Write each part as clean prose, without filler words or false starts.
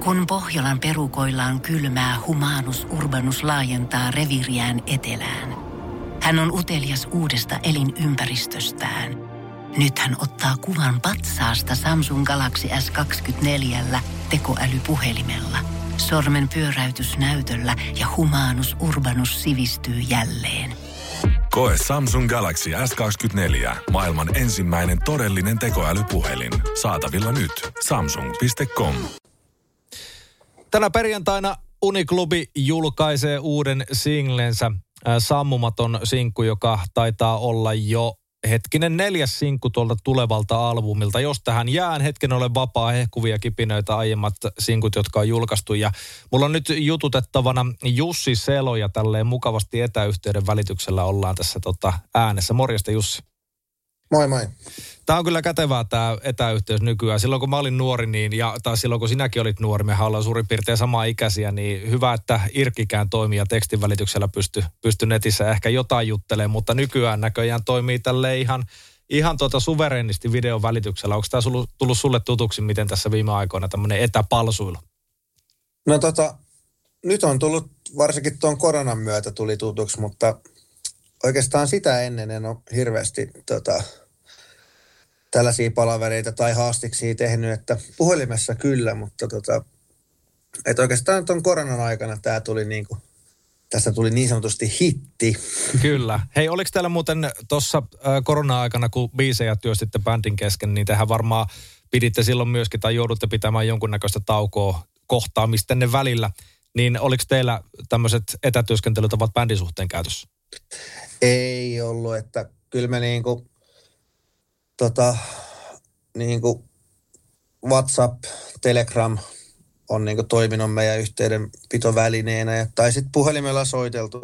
Kun Pohjolan perukoillaan kylmää, Humanus Urbanus laajentaa reviiriään etelään. Hän on utelias uudesta elinympäristöstään. Nyt hän ottaa kuvan patsaasta Samsung Galaxy S24 tekoälypuhelimella. Sormen pyöräytys näytöllä ja Humanus Urbanus sivistyy jälleen. Koe Samsung Galaxy S24. Maailman ensimmäinen todellinen tekoälypuhelin. Saatavilla nyt. Samsung.com. Tänä perjantaina Uniklubi julkaisee uuden singlensä. Sammumaton sinkku, joka taitaa olla jo 4. sinkku tuolta tulevalta albumilta. Jos tähän jään, hetken olen vapaa, hehkuvia kipinöitä aiemmat sinkut, jotka on julkaistu. Ja mulla on nyt jututettavana Jussi Selo ja tälleen mukavasti etäyhteyden välityksellä ollaan tässä äänessä. Morjesta Jussi. Moi moi. Tämä on kyllä kätevää tämä etäyhteys nykyään. Silloin kun mä olin nuori, tai silloin kun sinäkin olit nuori, mehän ollaan suurin piirtein samaa ikäisiä, niin hyvä, että Irkkikään toimii ja tekstin välityksellä pysty netissä ehkä jotain juttelemaan, mutta nykyään näköjään toimii tälleen ihan suvereenisti videon välityksellä. Onko tämä tullut sulle tutuksi, miten tässä viime aikoina tämmöinen etäpalsuilu? No nyt on tullut, varsinkin tuon koronan myötä tuli tutuksi, mutta oikeastaan sitä ennen en ole hirveästi tällaisia palavereita tai haastiksia tehnyt, että puhelimessa kyllä, mutta että oikeastaan tuon koronan aikana tästä tuli niin sanotusti hitti. Kyllä. Hei, oliko teillä muuten tuossa korona-aikana, kun biisejä työstitte bändin kesken, niin tehän varmaan piditte silloin myöskin tai joudutte pitämään jonkunnäköistä taukoa kohtaamistenne välillä, niin oliko teillä tämmöiset etätyöskentelytavat bändin suhteen käytössä? Ei ollut, että kyllä me WhatsApp, Telegram on toiminut meidän yhteydenpitovälineenä tai sitten puhelimella soiteltu,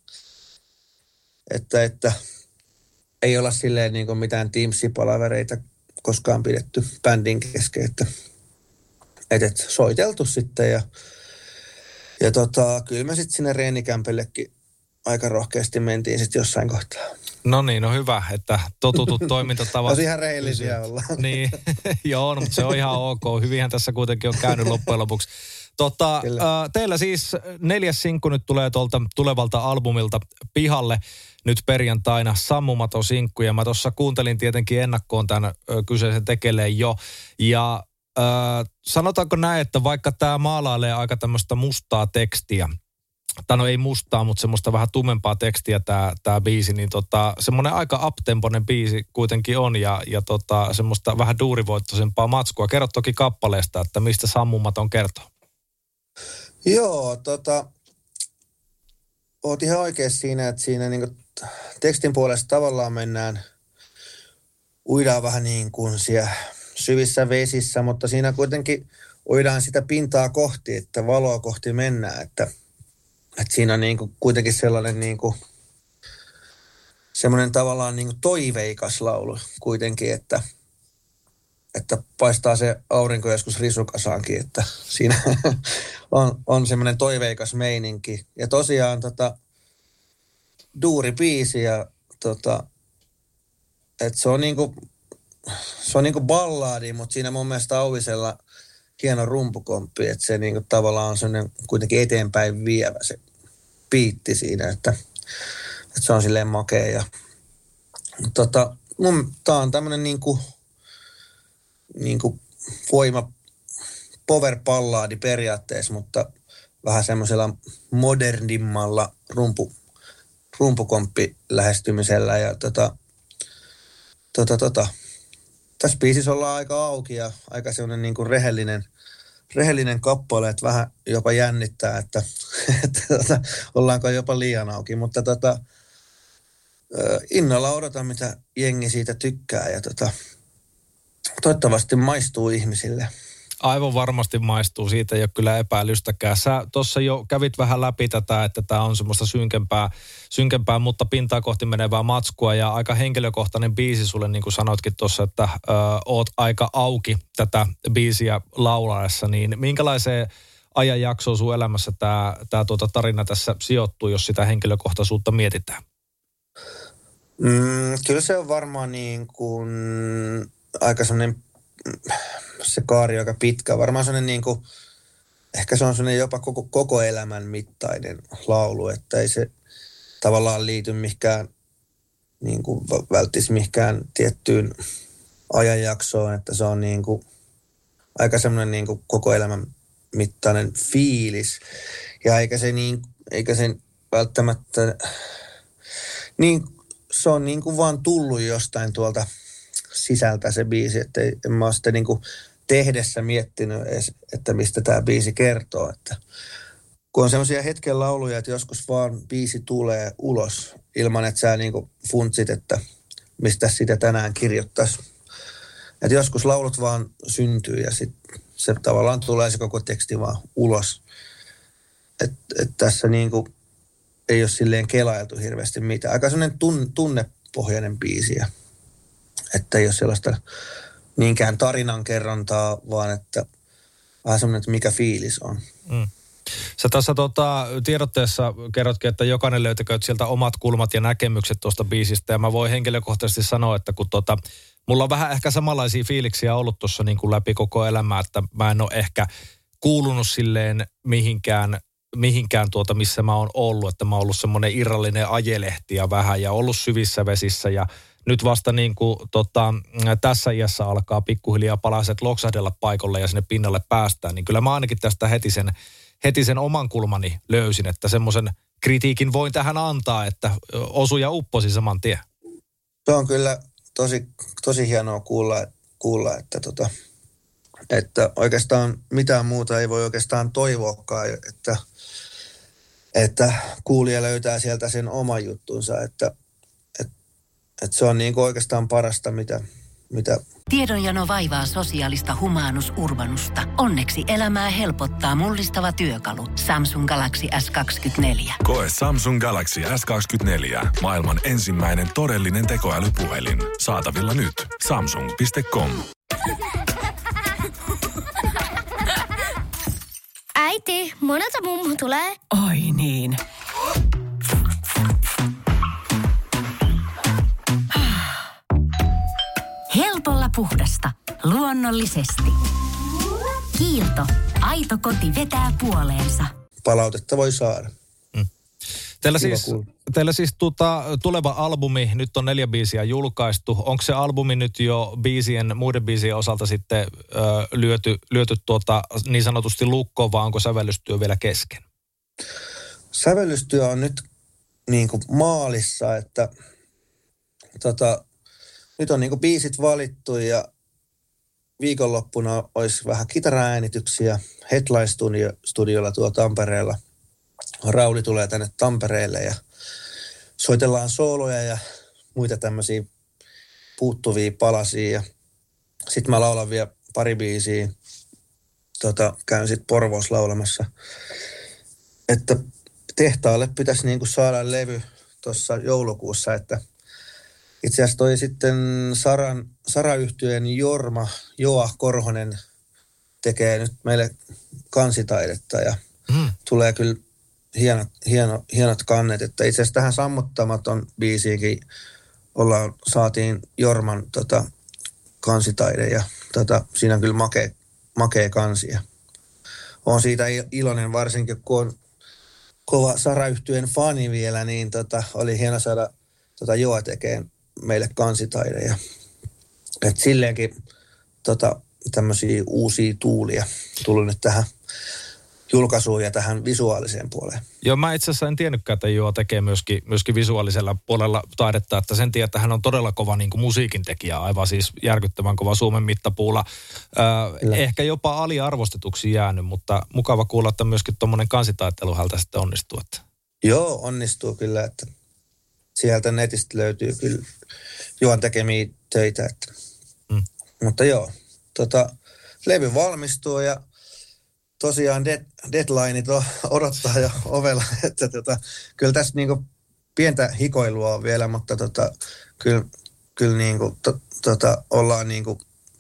että ei olla silleen mitään Teams-palavereita koskaan pidetty bändin kesken, että soiteltu sitten ja kyllä me sitten sinne reenikämpellekin aika rohkeasti mentiin sitten jossain kohtaa. No niin, no hyvä, että totutut toimintatavat. Olisi ihan rehellisiä olla. Niin, joo, no, mutta se on ihan ok. Hyvinhän tässä kuitenkin on käynyt loppujen lopuksi. Teillä siis 4. sinkku nyt tulee tuolta tulevalta albumilta pihalle nyt perjantaina, Sammumaton sinkku. Ja mä tuossa kuuntelin tietenkin ennakkoon tämän kyseisen tekeleen jo. Ja sanotaanko näin, että vaikka tämä maalailee aika tämmöistä mustaa tekstiä, tai no ei mustaa, mutta semmoista vähän tummempaa tekstiä tämä biisi, niin semmoinen aika uptempoinen biisi kuitenkin on ja semmoista vähän duurivoittoisempaa matskua. Kerro toki kappaleesta, että mistä Sammumaton kertoo. Joo, oot ihan oikeassa siinä, että siinä tekstin puolesta tavallaan uidaan vähän niin kuin siellä syvissä vesissä, mutta siinä kuitenkin uidaan sitä pintaa kohti, että valoa kohti mennään, että siinä on kuitenkin sellainen semmoinen tavallaan toiveikas laulu kuitenkin, että paistaa se aurinko joskus risukasaankin, että siinä on semmoinen toiveikas meininki. Ja tosiaan duuribiisi ja että se on ballaadi, mutta siinä mun mielestä Auvisella hieno rumpukomppi, että se tavallaan on semmoinen kuitenkin eteenpäin vievä se biitti siinä, että se on silleen makea. Ja, tää on tämmönen voima power-ballaadi periaatteessa, mutta vähän semmoisella modernimmalla rumpukomppi lähestymisellä ja tässä biisissä ollaan aika auki ja aika semmoinen rehellinen kappale, että vähän jopa jännittää, että ollaanko jopa liian auki, mutta innolla odotan, mitä jengi siitä tykkää ja toivottavasti maistuu ihmisille. Aivan varmasti maistuu, siitä ei ole kyllä epäilystäkään. Sä tuossa jo kävit vähän läpi tätä, että tämä on semmoista synkempää, mutta pintaa kohti menevää matskua ja aika henkilökohtainen biisi sulle, niin kuin sanoitkin tuossa, että oot aika auki tätä biisiä laulaessa, niin minkälaiseen ajanjaksoon sun elämässä tämä tarina tässä sijoittuu, jos sitä henkilökohtaisuutta mietitään? Kyllä se on varmaan aika semmoinen se kaari aika pitkä. Varmaan semmoinen ehkä se on sellainen jopa koko elämän mittainen laulu, että ei se tavallaan liity mihinkään, niin kuin välttäisi mihinkään tiettyyn ajanjaksoon, että se on niin kuin aika semmoinen niin kuin koko elämän mittainen fiilis. Ja eikä se välttämättä, niin se on niin kuin vaan tullut jostain tuolta sisältä se biisi, että en mä ole sitä niin kuin tehdessä miettinyt edes, että mistä tämä biisi kertoo. Että kun on semmoisia hetken lauluja, että joskus vaan biisi tulee ulos ilman, että sä niin kuin funtsit, että mistä sitä tänään kirjoittaisi. Että joskus laulut vaan syntyy ja sitten se tavallaan tulee se koko teksti vaan ulos. Että tässä niin kuin ei ole silleen kelailtu hirveästi mitään. Aika sellainen tunnepohjainen biisi, että ei ole sellaista niinkään tarinankerrontaa, vaan että vähän semmoinen, että mikä fiilis on. Mm. Sä tässä tiedotteessa kerrotkin, että jokainen löytäkööt sieltä omat kulmat ja näkemykset tuosta biisistä. Ja mä voin henkilökohtaisesti sanoa, että kun mulla on vähän ehkä samanlaisia fiiliksiä ollut tuossa niin kuin läpi koko elämää, että mä en ole ehkä kuulunut silleen mihinkään missä mä oon ollut. Että mä oon ollut semmoinen irrallinen ajelehti ja vähän ja ollut syvissä vesissä ja nyt vasta niin kuin tässä iässä alkaa pikkuhiljaa palaset loksahdella paikalle ja sinne pinnalle päästään, niin kyllä mä ainakin tästä heti sen oman kulmani löysin, että semmoisen kritiikin voin tähän antaa, että osuja upposi saman tien. Se on kyllä tosi hienoa kuulla että oikeastaan mitään muuta ei voi oikeastaan toivoakaan, että kuulija löytää sieltä sen oman juttunsa, että se on niin kuin oikeastaan parasta, mitä... Tiedonjano vaivaa sosiaalista humanus urbanusta. Onneksi elämää helpottaa mullistava työkalu. Samsung Galaxy S24. Koe Samsung Galaxy S24. Maailman ensimmäinen todellinen tekoälypuhelin. Saatavilla nyt. Samsung.com. Äiti, monelta mummu tulee? Oi niin. Helpolla puhdasta. Luonnollisesti. Kiilto. Aito koti vetää puoleensa. Palautetta voi saada. Teillä siis tuleva albumi, nyt on 4 biisiä julkaistu. Onko se albumi nyt jo muiden biisien osalta sitten lyöty niin sanotusti lukkoon, vai onko sävellystyö vielä kesken? Sävellystyö on nyt niin kuin maalissa, että nyt on niin kuin biisit valittu ja viikonloppuna olisi vähän kitaraäänityksiä Headline-studiolla tuolla Tampereella. Rauli tulee tänne Tampereelle ja soitellaan sooloja ja muita tämmöisiä puuttuvia palasia. Ja sitten mä laulan vielä pari biisiä. Käyn sitten Porvoossa laulamassa. Että tehtaalle pitäisi niinku saada levy tuossa joulukuussa, että itse asiassa toi sitten Sara-yhtyeen Joa Korhonen tekee nyt meille kansitaidetta ja tulee kyllä hienot kannet, että itse asiassa tähän Sammuttamaton biisiinkin saatiin Jorman kansitaide ja siinä on kyllä makea kansi ja olen siitä iloinen varsinkin, kun on kova Sara-yhtyeen fani vielä, niin oli hieno saada Joa tekee meille kansitaide ja että silleenkin tämmöisiä uusia tuulia tullut nyt tähän julkaisuun ja tähän visuaaliseen puoleen. Joo, mä itse asiassa en tiennytkään, että Joa tekee myöskin visuaalisella puolella taidetta, että sen tiedän, että hän on todella kova niin kuin musiikin tekijä, aivan siis järkyttävän kova Suomen mittapuulla. Ehkä jopa aliarvostetuksi jäänyt, mutta mukava kuulla, että myöskin tuommoinen kansitaittelu häneltä sitten onnistuu. Että. Joo, onnistuu kyllä, että sieltä netistä löytyy kyllä Joan tekemiä töitä. Että. Mutta joo, levy valmistuu ja tosiaan deadlineit odottaa jo ovella, että kyllä tässä niinku pientä hikoilua on vielä, mutta kyllä niinku ollaan niinku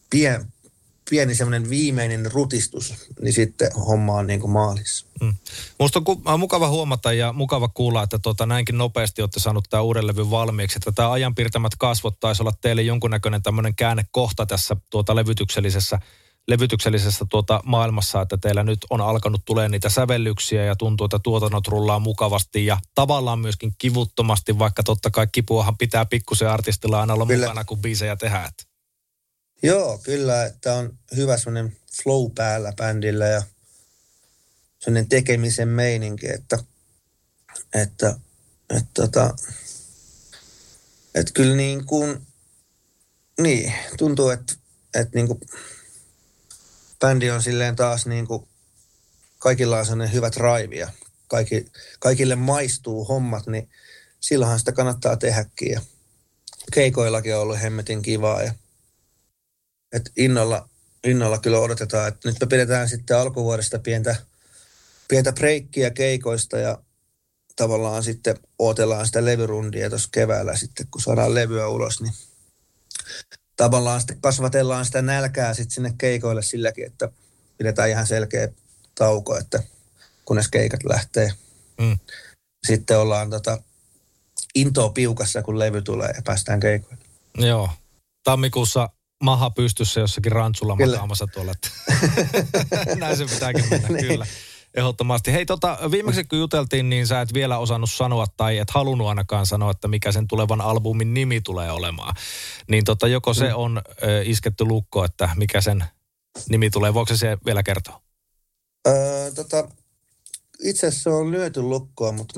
pieni semmoinen viimeinen rutistus, niin sitten homma on niinku maalissa. Musta on mukava huomata ja mukava kuulla, että näinkin nopeasti olette saanut tämä uuden levyn valmiiksi, että tämä ajanpiirtämät kasvot taisi olla teille jonkunnäköinen tämmöinen käännekohta tässä levytyksellisessä levytyksellisessä maailmassa, että teillä nyt on alkanut tulee niitä sävellyksiä ja tuntuu, että tuotannot rullaa mukavasti ja tavallaan myöskin kivuttomasti, vaikka totta kai kipuahan pitää pikkusen artistilla aina olla mukana, kun biisejä tehdään. Joo, kyllä, että on hyvä semmoinen flow päällä bändillä ja semmoinen tekemisen meininki, että kyllä niin kuin, niin, tuntuu, että niin kuin bändi on silleen taas niin kuin, kaikilla on sellainen hyvä drive ja kaikille maistuu hommat, niin silloinhan sitä kannattaa tehdäkin ja keikoillakin on ollut hemmetin kivaa ja että innolla kyllä odotetaan, että nyt me pidetään sitten alkuvuodesta pientä breikkiä keikoista ja tavallaan sitten odotellaan sitä levyrundia tuossa keväällä sitten, kun saadaan levyä ulos, niin tavallaan sitten kasvatellaan sitä nälkää sitten sinne keikoille silläkin, että pidetään ihan selkeä tauko, että kunnes keikat lähtee. Sitten ollaan intoa piukassa, kun levy tulee ja päästään keikoille. Joo. Tammikuussa maha pystyssä jossakin rantsulla makaamassa tuolla. Näin se pitääkin mennä, niin. Kyllä. Ehdottomasti. Hei, viimeksi kun juteltiin, niin sä et vielä osannut sanoa tai et halunnut ainakaan sanoa, että mikä sen tulevan albumin nimi tulee olemaan. Niin joko se on isketty lukko, että mikä sen nimi tulee? Voiko se vielä kertoa? Itse asiassa se on lyöty lukkoon, mutta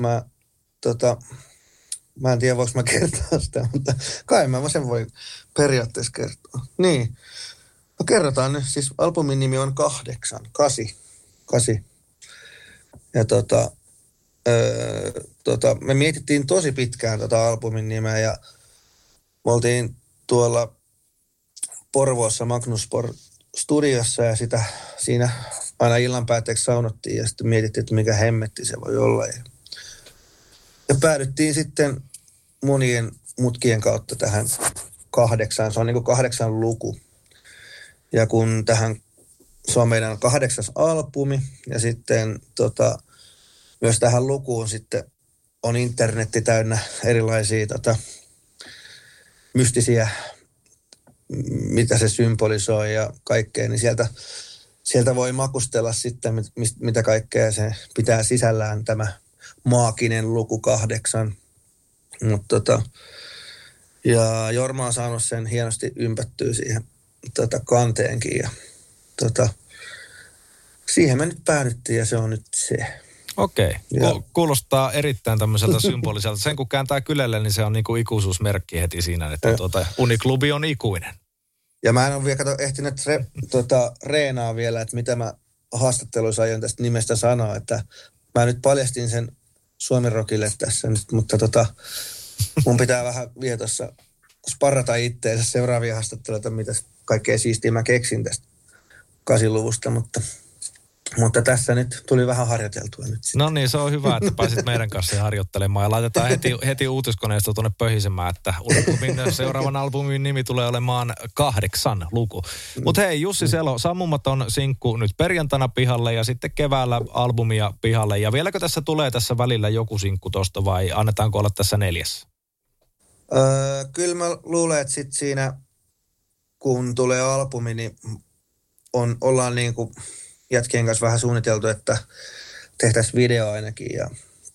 mä en tiedä, voiko mä kertoa sitä, mutta kai mä sen voi periaatteessa kertoa. Niin. No kerrotaan nyt. Siis albumin nimi on 8. Ja me mietittiin tosi pitkään albumin nimeä ja me oltiin tuolla Porvoossa Magnuspor studiossa ja siinä aina illan päätteeksi saunottiin ja sitten mietittiin, että mikä hemmetti se voi olla. Ja päädyttiin sitten monien mutkien kautta tähän 8. Se on niin kuin 8 luku. Ja kun se on meidän 8. albumi ja sitten myös tähän lukuun sitten on internetti täynnä erilaisia mystisiä, mitä se symbolisoi ja kaikkea, niin sieltä voi makustella sitten, mitä kaikkea se pitää sisällään tämä maaginen luku 8. Ja Jorma on saanut sen hienosti ympättyä siihen kanteenkin ja siihen me nyt päädyttiin ja se on nyt se. Okei. Kuulostaa erittäin tämmöiseltä symboliselta. Sen kun kääntää kylelle, niin se on niinku ikuisuusmerkki heti siinä, että Uniklubi on ikuinen. Ja mä en ole vielä ehtinyt reenaa vielä, että mitä mä haastatteluissa aion tästä nimestä sanoa, että mä nyt paljastin sen Suomen Rockille tässä nyt, mutta mun pitää vähän vielä tuossa sparrata itteensä seuraavia haastatteluita, mitä kaikkea siistiä mä keksin tästä 8-luvusta, mutta tässä nyt tuli vähän harjoiteltua nyt. No niin, se on hyvä, että pääsit meidän kanssa harjoittelemaan ja laitetaan heti uutiskoneesta tuonne pöhisemään, että Uniklubin seuraavan albumin nimi tulee olemaan 8 luku. Mutta hei, Jussi Selo, Sammumaton sinkku nyt perjantaina pihalle ja sitten keväällä albumia pihalle. Ja vieläkö tässä tulee tässä välillä joku sinkku tosta vai annetaanko olla tässä 4? Kyllä mä luulen, että sitten siinä, kun tulee albumi, niin ollaan niin kuin jätkien kanssa vähän suunniteltu, että tehtäisiin video ainakin ja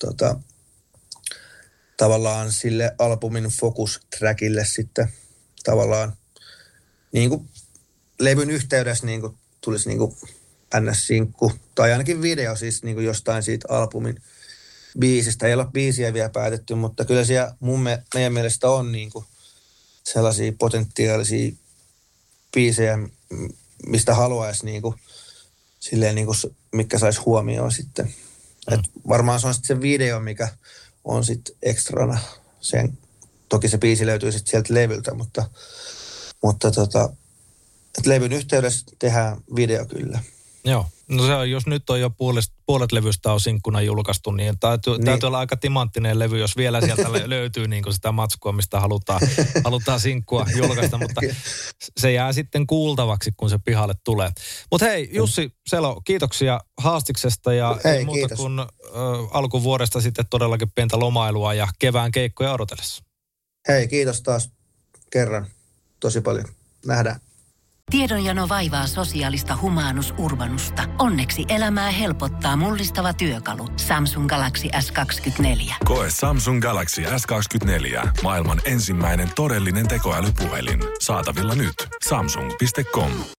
tavallaan sille albumin focus-trackille sitten tavallaan niin kuin levyn yhteydessä niin kuin tulisi niin kuin NS-sinkku tai ainakin video siis niin kuin jostain siitä albumin biisistä. Ei ole biisiä vielä päätetty, mutta kyllä siellä meidän mielestä on niin kuin sellaisia potentiaalisia biisejä, mistä haluaisi niin kuin silleen niin kuin, mikä saisi huomioon sitten. Et varmaan se on sitten se video, mikä on sitten ekstrana. Toki se biisi löytyy sitten sieltä levyltä, mutta levyn yhteydessä tehdään video kyllä. Joo. No se on, jos nyt on jo puolet levystä on sinkkuna julkaistu, niin täytyy olla aika timanttinen levy, jos vielä sieltä löytyy niin kuin sitä matskua, mistä halutaan sinkkua julkaista, mutta se jää sitten kuultavaksi, kun se pihalle tulee. Mutta hei, Jussi Selo, kiitoksia haastiksesta ja ei muuta kiitos. Kuin alkuvuodesta sitten todellakin pientä lomailua ja kevään keikkoja odotellessa. Hei, kiitos taas kerran tosi paljon. Nähdään. Tiedonjano vaivaa sosiaalista humanus urbanusta. Onneksi elämää helpottaa mullistava työkalu. Samsung Galaxy S24. Koe Samsung Galaxy S24. Maailman ensimmäinen todellinen tekoälypuhelin. Saatavilla nyt. Samsung.com.